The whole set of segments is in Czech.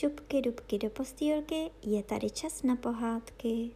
šupky dubky do postýlky, je tady čas na pohádky.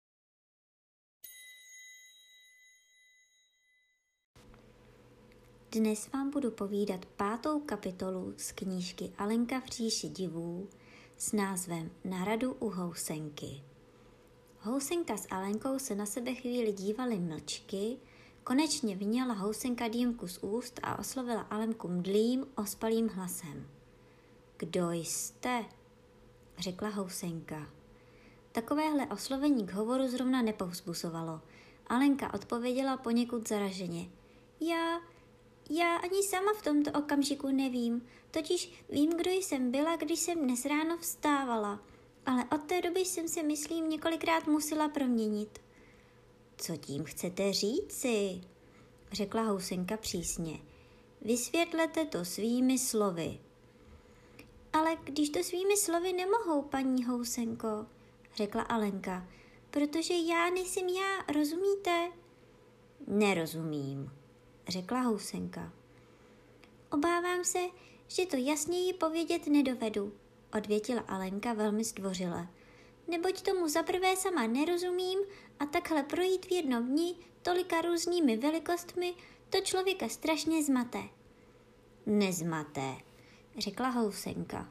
Dnes vám budu povídat 5. kapitolu z knížky Alenka v říši divů s názvem Na radu u housenky. Housenka s Alenkou se na sebe chvíli dívali mlčky, konečně vyňala housenka dýmku z úst a oslovila Alenku mdlým, ospalým hlasem. Kdo jste? Řekla housenka. Takovéhle oslovení k hovoru zrovna nepovzbuzovalo. Alenka odpověděla poněkud zaraženě. Já ani sama v tomto okamžiku nevím, totiž vím, kdo jsem byla, když jsem dnes ráno vstávala, ale od té doby jsem se, myslím, několikrát musela proměnit. Co tím chcete říci? Řekla housenka přísně. Vysvětlete to svými slovy. Ale když to svými slovy nemohou, paní housenko, řekla Alenka, protože já nejsem já, rozumíte? Nerozumím, řekla housenka. Obávám se, že to jasněji povědět nedovedu, odvětila Alenka velmi zdvořile. Neboť tomu zaprvé sama nerozumím a takhle projít v jednom dni tolika různými velikostmi, to člověka strašně zmate. Nezmate, řekla housenka.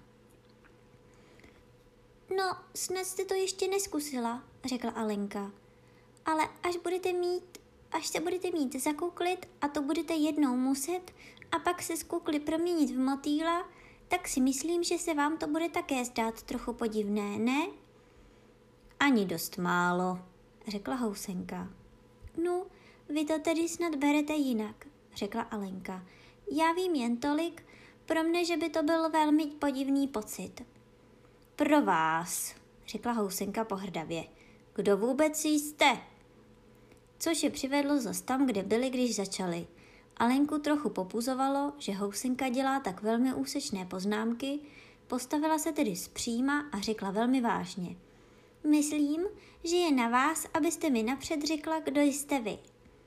No, snad jste to ještě neskusila, řekla Alenka. Ale až se budete mít zakuklit a to budete jednou muset a pak se z kukly proměnit v motýla, tak si myslím, že se vám to bude také zdát trochu podivné, ne? Ani dost málo, řekla housenka. No, vy to tedy snad berete jinak, řekla Alenka. Já vím jen tolik, pro mne, že by to byl velmi podivný pocit. Pro vás, řekla housenka pohrdavě. Kdo vůbec jste? Což je přivedlo zas tam, kde byli, když začali. Alenku trochu popuzovalo, že housenka dělá tak velmi úsečné poznámky, postavila se tedy zpříma a řekla velmi vážně. Myslím, že je na vás, abyste mi napřed řekla, kdo jste vy.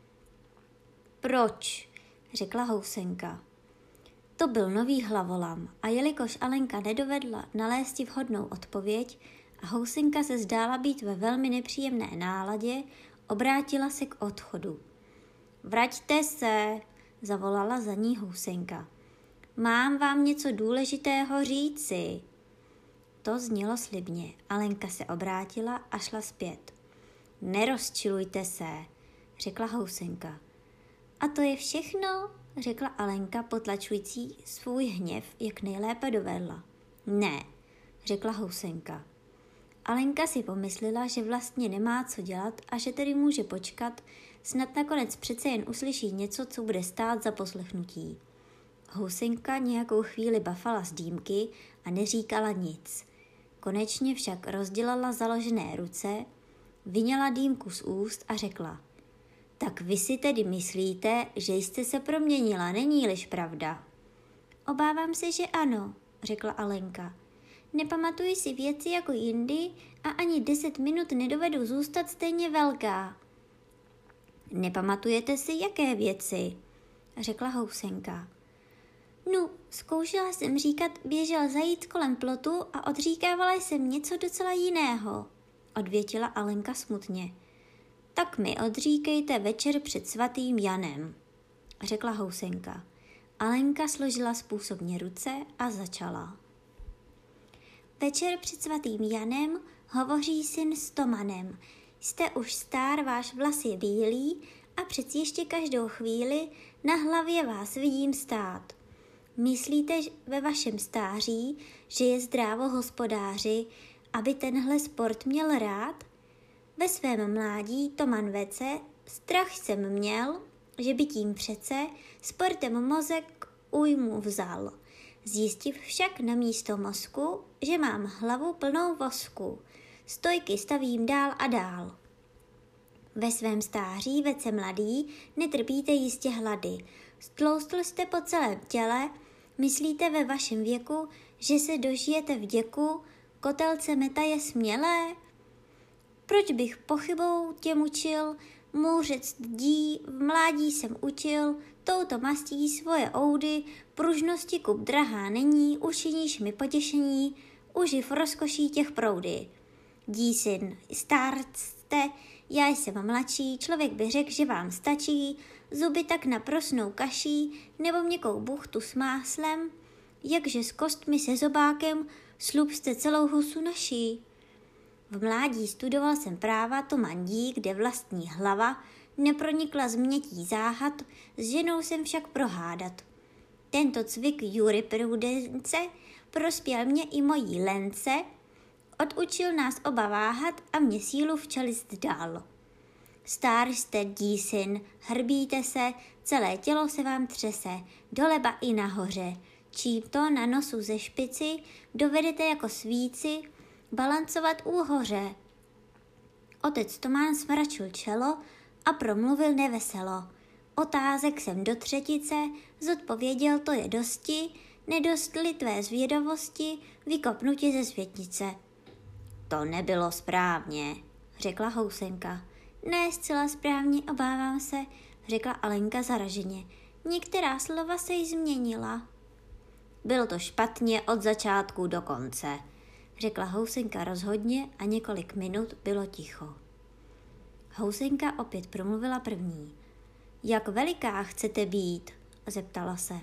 Proč? Řekla housenka. To byl nový hlavolam a jelikož Alenka nedovedla nalézt vhodnou odpověď a housenka se zdála být ve velmi nepříjemné náladě, obrátila se k odchodu. Vraťte se, zavolala za ní housenka. Mám vám něco důležitého říci. To znělo slibně. Alenka se obrátila a šla zpět. Nerozčilujte se, řekla housenka. A to je všechno, řekla Alenka, potlačující svůj hněv, jak nejlépe dovedla. Ne, řekla housenka. Alenka si pomyslela, že vlastně nemá co dělat a že tedy může počkat, snad nakonec přece jen uslyší něco, co bude stát za poslechnutí. Housenka nějakou chvíli bafala z dýmky a neříkala nic. Konečně však rozdělala založené ruce, vyňala dýmku z úst a řekla. Tak vy si tedy myslíte, že jste se proměnila, není-liž pravda? Obávám se, že ano, řekla Alenka. Nepamatuji si věci jako jindy a ani 10 minut nedovedu zůstat stejně velká. Nepamatujete si, jaké věci? Řekla housenka. No, zkoušela jsem říkat, běžel zajíc kolem plotu a odříkávala jsem něco docela jiného, odvětila Alenka smutně. Tak mi odříkejte večer před svatým Janem, řekla housenka. Alenka složila způsobně ruce a začala. Večer před svatým Janem hovoří syn s Tomanem. Jste už stár, váš vlas je bílý a přeci ještě každou chvíli na hlavě vás vidím stát. Myslíte ve vašem stáří, že je zdrávo hospodáři, aby tenhle sport měl rád? Ve svém mládí Toman vece, strach jsem měl, že by tím přece sportem mozek újmu vzal. Zjistiv však na místo mozku, že mám hlavu plnou vosku. Stojky stavím dál a dál. Ve svém stáří, vece mladý, netrpíte jistě hlady. Stloustl jste po celém těle, myslíte ve vašem věku, že se dožijete vděku, kotelce meta je smělé? Proč bych pochybou tě mučil, mouřec dí, v mládí jsem učil, touto mastí svoje oudy, pružnosti kup drahá není, učiníš mi potěšení, uživ rozkoší těch proudy. Dísin, starste, já jsem mladší, člověk by řekl, že vám stačí, zuby tak na prosnou kaší, nebo měkkou buchtu s máslem, jakže s kostmi se zobákem slupste celou husu naší. V mládí studoval jsem práva, to mandí, kde vlastní hlava nepronikla změtí záhad, s ženou jsem však prohádat. Tento cvik jurisprudence prospěl mě i mojí lence, odučil nás oba váhat a mě sílu v čelist dal. Star jste, dísin, hrbíte se, celé tělo se vám třese, doleba i nahoře, čím to na nosu ze špici dovedete jako svíci balancovat úhoře. Otec Tomán smračil čelo a promluvil neveselo. Otázek jsem do třetice, zodpověděl, to je dosti, nedostli tvé zvědavosti, vykopnu ti ze světnice. To nebylo správně, řekla housenka. Ne, zcela správně, obávám se, řekla Alenka zaraženě. Některá slova se jí změnila. Bylo to špatně od začátku do konce, řekla housenka rozhodně a několik minut bylo ticho. Housenka opět promluvila první. Jak veliká chcete být? Zeptala se.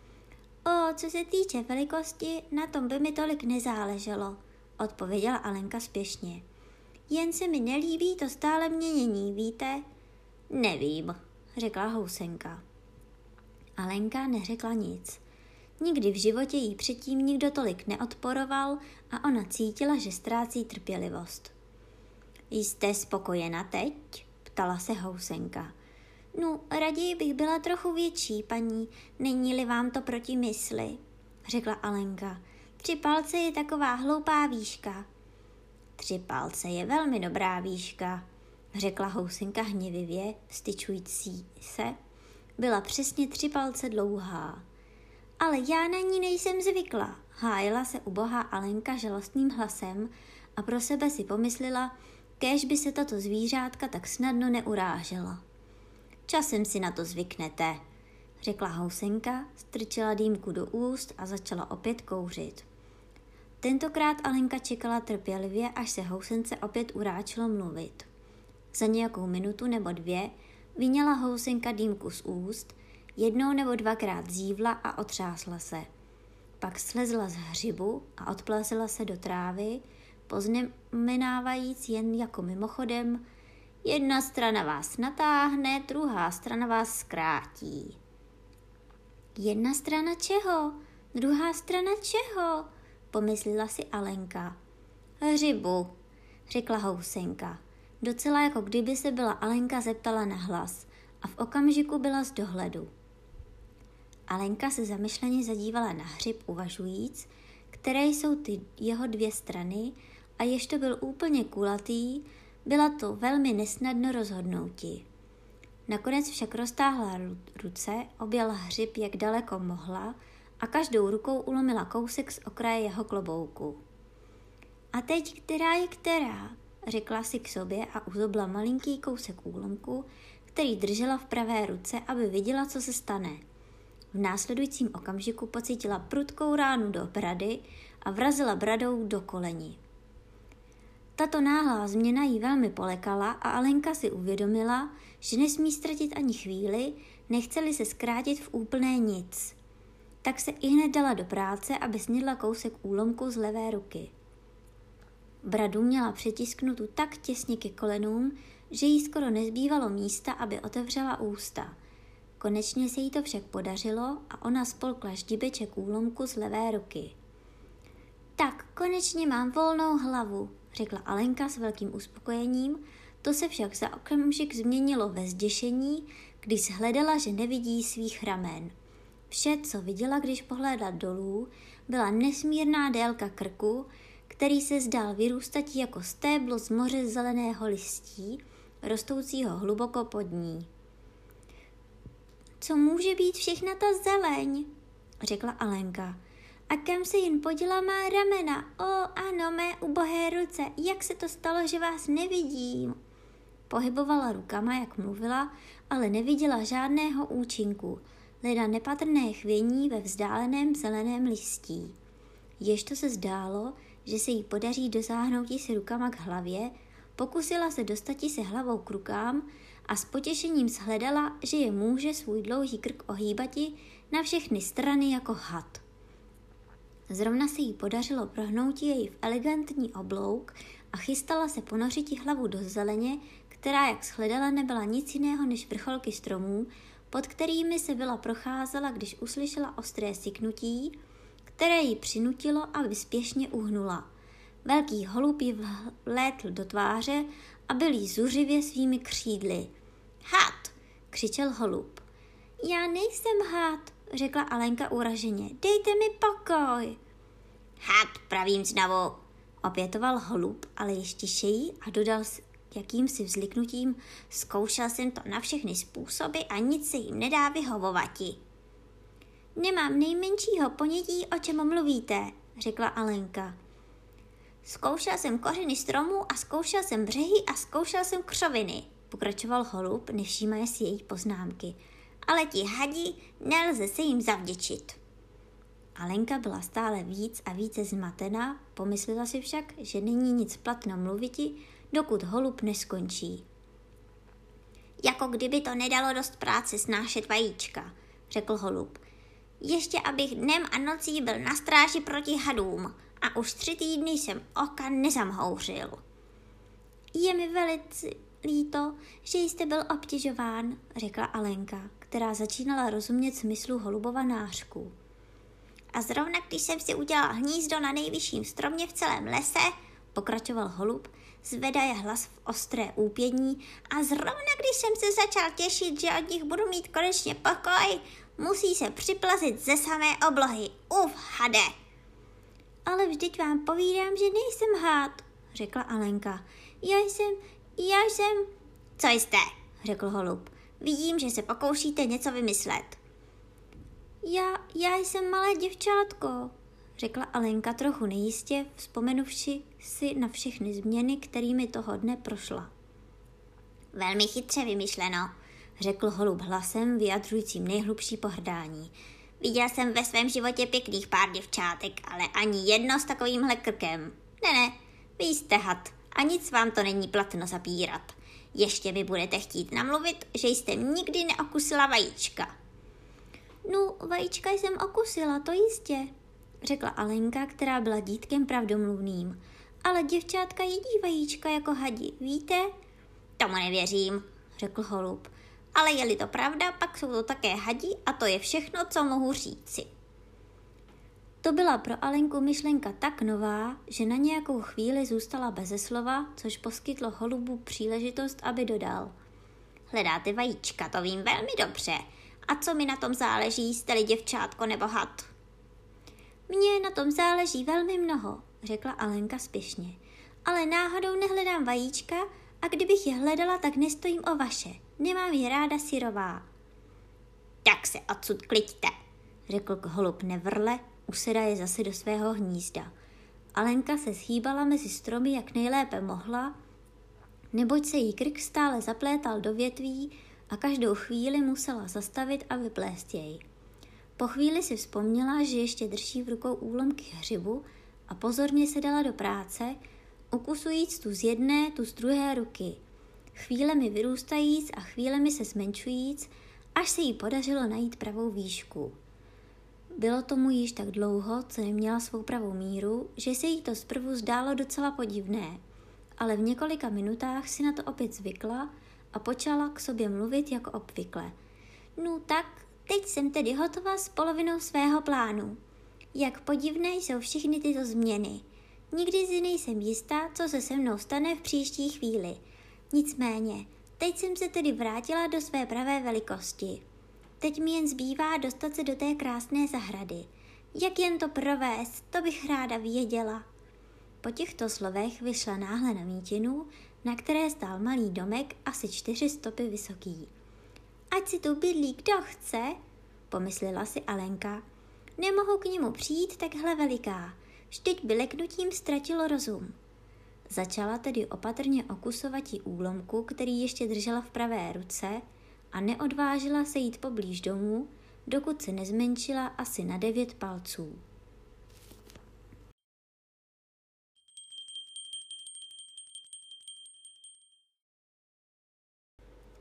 Co se týče velikosti, na tom by mi tolik nezáleželo, odpověděla Alenka spěšně. Jen se mi nelíbí to stále měnění, víte? Nevím, řekla housenka. Alenka neřekla nic. Nikdy v životě jí předtím nikdo tolik neodporoval a ona cítila, že ztrácí trpělivost. Jste spokojena teď? Ptala se housenka. No, raději bych byla trochu větší, paní, není-li vám to proti mysli, řekla Alenka. 3 palce je taková hloupá výška. 3 palce je velmi dobrá výška, řekla housenka hněvivě, styčující se. Byla přesně 3 palce dlouhá. Ale já na ní nejsem zvykla, hájila se ubohá Alenka žalostným hlasem a pro sebe si pomyslela, kéž by se tato zvířátka tak snadno neurážela. Časem si na to zvyknete, řekla housenka, strčila dýmku do úst a začala opět kouřit. Tentokrát Alenka čekala trpělivě, až se housence opět uráčilo mluvit. Za nějakou minutu nebo 2 vyňala housenka dýmku z úst, 1 nebo 2krát zívla a otřásla se. Pak slezla z hřibu a odplazila se do trávy, poznamenávajíc jen jako mimochodem, jedna strana vás natáhne, druhá strana vás zkrátí. Jedna strana čeho? Druhá strana čeho? Pomyslela si Alenka. Hřibu, řekla housenka. Docela jako kdyby se byla Alenka zeptala nahlas a v okamžiku byla z dohledu. Alenka se zamyšleně zadívala na hřib uvažujíc, které jsou ty jeho 2 strany a jež to byl úplně kulatý, byla to velmi nesnadno rozhodnouti. Nakonec však roztáhla ruce, objala hřib, jak daleko mohla a každou rukou ulomila kousek z okraje jeho klobouku. A teď která je která, řekla si k sobě a uzobla malinký kousek úlomku, který držela v pravé ruce, aby viděla, co se stane. V následujícím okamžiku pocítila prudkou ránu do brady a vrazila bradou do koleni. Tato náhlá změna jí velmi polekala a Alenka si uvědomila, že nesmí ztratit ani chvíli, nechce-li se zkrátit v úplné nic. Tak se ihned dala do práce, aby snědla kousek úlomku z levé ruky. Bradu měla přetisknutu tak těsně ke kolenům, že jí skoro nezbývalo místa, aby otevřela ústa. Konečně se jí to však podařilo a ona spolkla ždibeček úlomku z levé ruky. Tak, konečně mám volnou hlavu, řekla Alenka s velkým uspokojením, to se však za okamžik změnilo ve zděšení, když shledala, že nevidí svých ramen. Vše, co viděla, když pohlédla dolů, byla nesmírná délka krku, který se zdál vyrůstat jako stéblo z moře zeleného listí, rostoucího hluboko pod ní. Co může být všechna ta zeleň? Řekla Alenka. A kam se jen poděla má ramena? Ano, mé ubohé ruce, jak se to stalo, že vás nevidím? Pohybovala rukama, jak mluvila, ale neviděla žádného účinku, leda nepatrné chvění ve vzdáleném zeleném listí. Jež to se zdálo, že se jí podaří dosáhnout si rukama k hlavě, pokusila se dostat se hlavou k rukám a s potěšením shledala, že je může svůj dlouhý krk ohýbati na všechny strany jako had. Zrovna se jí podařilo prohnout jej v elegantní oblouk a chystala se ponořit hlavu do zeleně, která, jak shledala, nebyla nic jiného než vrcholky stromů, pod kterými se byla procházela, když uslyšela ostré syknutí, které ji přinutilo, aby spěšně uhnula. Velký holub ji vlétl do tváře a byl jí zuřivě svými křídly. Had! Křičel holub. Já nejsem had, řekla Alenka uraženě. Dejte mi pokoj. Had, pravím znovu, opětoval holub, ale ještě tišeji a dodal s jakýmsi vzliknutím, zkoušel jsem to na všechny způsoby a nic se jim nedá vyhovovati. Nemám nejmenšího ponětí, o čem mluvíte, řekla Alenka. Zkoušel jsem kořeny stromů a zkoušel jsem břehy a zkoušel jsem křoviny, pokračoval holub, nevšímaje si její poznámky. Ale ti hadi, nelze se jim zavděčit. Alenka byla stále víc a více zmatená, pomyslela si však, že není nic platno mluviti, dokud holub neskončí. Jako kdyby to nedalo dost práce snášet vajíčka, řekl holub. Ještě abych dnem a nocí byl na stráži proti hadům a už 3 týdny jsem oka nezamhouřil. Je mi velice líto, že jste byl obtěžován, řekla Alenka, která začínala rozumět smyslu holubova nářku. A zrovna když jsem si udělal hnízdo na nejvyšším stromě v celém lese, pokračoval holub, zvedaje hlas v ostré úpění, a zrovna když jsem se začal těšit, že od nich budu mít konečně pokoj, musí se připlazit ze samé oblohy. Uf, hade! Ale vždyť vám povídám, že nejsem had, řekla Alenka. Já jsem... Co jste? Řekl holub. Vidím, že se pokoušíte něco vymyslet. Já jsem malé děvčátko, řekla Alenka trochu nejistě, vzpomenuvši si na všechny změny, kterými toho dne prošla. Velmi chytře vymyšleno, řekl holub hlasem vyjadřujícím nejhlubší pohrdání. Viděl jsem ve svém životě pěkných pár děvčátek, ale ani jedno s takovýmhle krkem. Ne, vy jste had a nic vám to není platno zapírat. Ještě mi budete chtít namluvit, že jste nikdy neokusila vajíčka. No, vajíčka jsem okusila, to jistě, řekla Alenka, která byla dítkem pravdomluvným. Ale děvčátka jedí vajíčka jako hadi, víte? Tomu nevěřím, řekl holub. Ale je-li to pravda, pak jsou to také hadi a to je všechno, co mohu říci. To byla pro Alenku myšlenka tak nová, že na nějakou chvíli zůstala beze slova, což poskytlo holubu příležitost, aby dodal. Hledáte vajíčka, to vím velmi dobře. A co mi na tom záleží, jste-li děvčátko nebo had? Mně na tom záleží velmi mnoho, řekla Alenka spěšně. Ale náhodou nehledám vajíčka a kdybych je hledala, tak nestojím o vaše. Nemám je ráda syrová. Tak se odsud kliďte, řekl holub nevrle, usedaje zase do svého hnízda. Alenka se shýbala mezi stromy, jak nejlépe mohla, neboť se jí krk stále zaplétal do větví a každou chvíli musela zastavit a vyplést jej. Po chvíli si vzpomněla, že ještě drží v rukou úlomky hřibu a pozorně se dala do práce, ukusujíc tu z jedné, tu z druhé ruky, chvílemi vyrůstajíc a chvílemi se zmenšujíc, až se jí podařilo najít pravou výšku. Bylo tomu již tak dlouho, co neměla svou pravou míru, že se jí to zprvu zdálo docela podivné, ale v několika minutách si na to opět zvykla a počala k sobě mluvit jako obvykle. No tak, teď jsem tedy hotová s polovinou svého plánu. Jak podivné jsou všechny tyto změny. Nikdy si nejsem jistá, co se mnou stane v příští chvíli. Nicméně, teď jsem se tedy vrátila do své pravé velikosti. Teď mi jen zbývá dostat se do té krásné zahrady. Jak jen to provést, to bych ráda věděla. Po těchto slovech vyšla náhle na mítinu, na které stál malý domek asi 4 stopy vysoký. Ať si tu bydlí kdo chce, pomyslela si Alenka. Nemohu k němu přijít takhle veliká, vždyť by leknutím ztratilo rozum. Začala tedy opatrně okusovati úlomku, který ještě držela v pravé ruce, a neodvážila se jít poblíž domů, dokud se nezmenšila asi na 9 palců.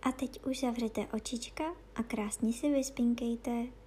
A teď už zavřete očička a krásně si vyspinkejte.